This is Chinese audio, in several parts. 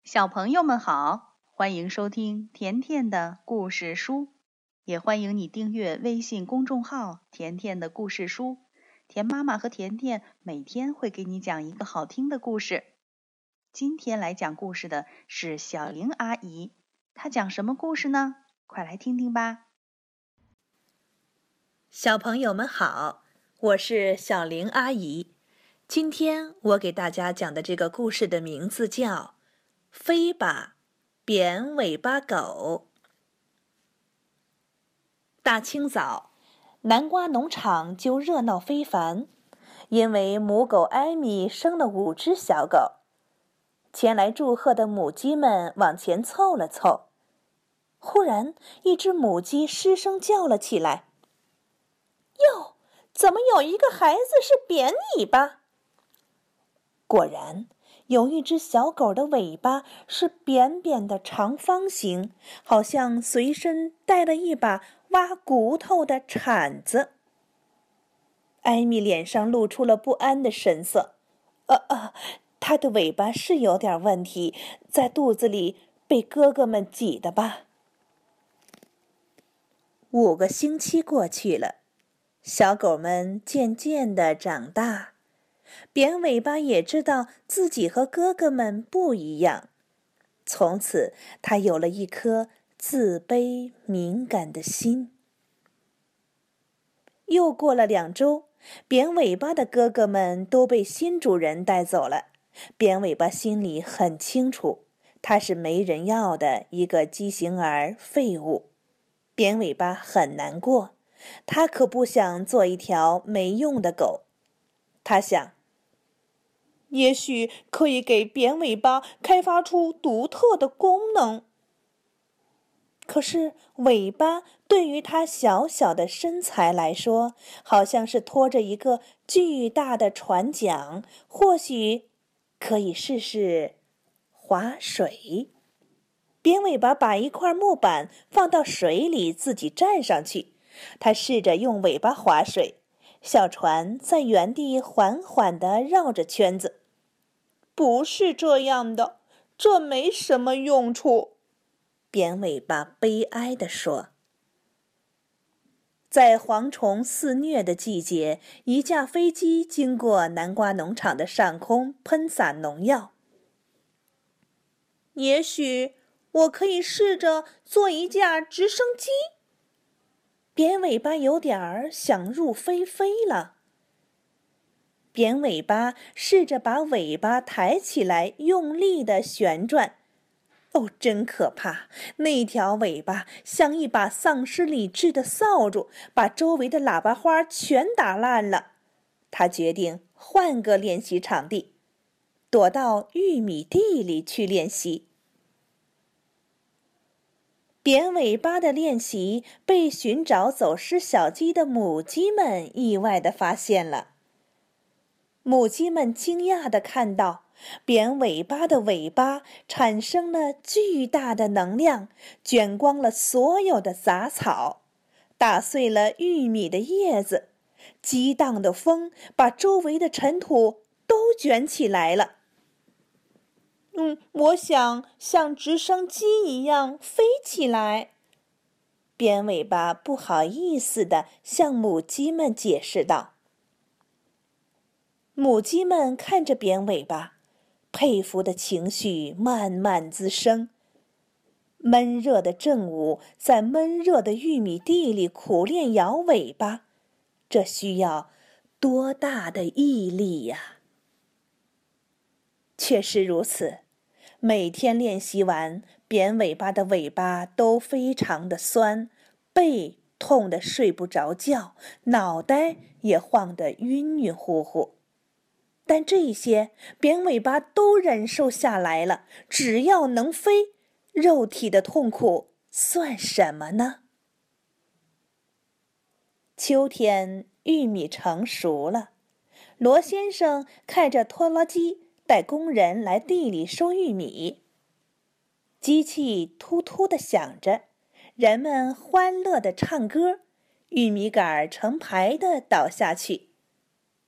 小朋友们好，欢迎收听甜甜的故事书，也欢迎你订阅微信公众号甜甜的故事书。甜妈妈和甜甜每天会给你讲一个好听的故事。今天来讲故事的是小玲阿姨，她讲什么故事呢？快来听听吧。 小朋友们好，我是小玲阿姨。今天我给大家讲的这个故事的名字叫《飞吧，扁尾巴狗》。大清早，南瓜农场就热闹非凡，因为母狗艾米生了5只小狗。前来祝贺的母鸡们往前凑了凑，忽然一只母鸡失声叫了起来：哟，怎么有一个孩子是扁尾巴？果然，有一只小狗的尾巴是扁扁的长方形，好像随身带了一把挖骨头的铲子。艾米脸上露出了不安的神色。它的尾巴是有点问题，在肚子里被哥哥们挤的吧。5个星期过去了，小狗们渐渐地长大，扁尾巴也知道自己和哥哥们不一样。从此，它有了一颗自卑敏感的心。又过了2周，扁尾巴的哥哥们都被新主人带走了。扁尾巴心里很清楚，它是没人要的一个畸形儿废物。扁尾巴很难过，他可不想做一条没用的狗。他想，也许可以给扁尾巴开发出独特的功能。可是尾巴对于他小小的身材来说，好像是拖着一个巨大的船桨，或许可以试试划水。扁尾巴把一块木板放到水里，自己站上去。他试着用尾巴划水，小船在原地缓缓地绕着圈子。不是这样的，这没什么用处，扁尾巴悲哀地说。在蝗虫肆虐的季节，一架飞机经过南瓜农场的上空，喷洒农药。也许我可以试着做一架直升机。扁尾巴有点儿想入非非了。扁尾巴试着把尾巴抬起来，用力地旋转。真可怕！那条尾巴像一把丧失理智的扫帚，把周围的喇叭花全打烂了。他决定换个练习场地，躲到玉米地里去练习。扁尾巴的练习被寻找走失小鸡的母鸡们意外地发现了。母鸡们惊讶地看到，扁尾巴的尾巴产生了巨大的能量，卷光了所有的杂草，打碎了玉米的叶子，激荡的风把周围的尘土都卷起来了。我想像直升机一样飞起来。扁尾巴不好意思地向母鸡们解释道。母鸡们看着扁尾巴，佩服的情绪慢慢滋生。闷热的正午，在闷热的玉米地里苦练摇尾巴，这需要多大的毅力呀！确实如此，每天练习完，扁尾巴的尾巴都非常的酸，背痛得睡不着觉，脑袋也晃得晕晕乎乎。但这些扁尾巴都忍受下来了，只要能飞，肉体的痛苦算什么呢？秋天，玉米成熟了，罗先生开着拖拉机带工人来地里收玉米。机器突突地响着，人们欢乐地唱歌，玉米杆成排地倒下去。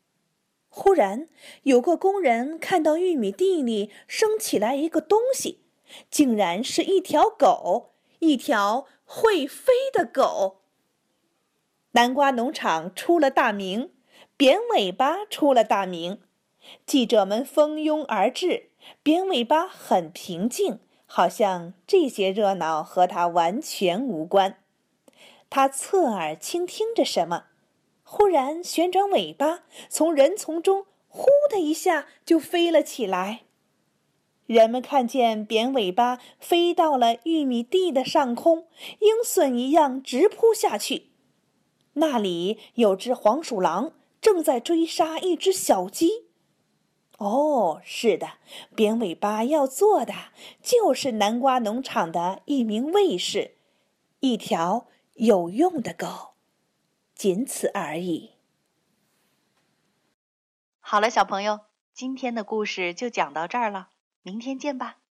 忽然，有个工人看到玉米地里升起来一个东西， 竟然是一条狗，一条会飞的狗。南瓜农场出了大名，扁尾巴出了大名。记者们蜂拥而至，扁尾巴很平静，好像这些热闹和他完全无关。他侧耳倾听着什么，忽然旋转尾巴，从人丛中呼的一下就飞了起来。人们看见扁尾巴飞到了玉米地的上空，鹰隼一样直扑下去。那里有只黄鼠狼正在追杀一只小鸡。哦，是的，扁尾巴要做的就是南瓜农场的一名卫士，一条有用的狗，仅此而已。 好了，小朋友，今天的故事就讲到这儿了，明天见吧。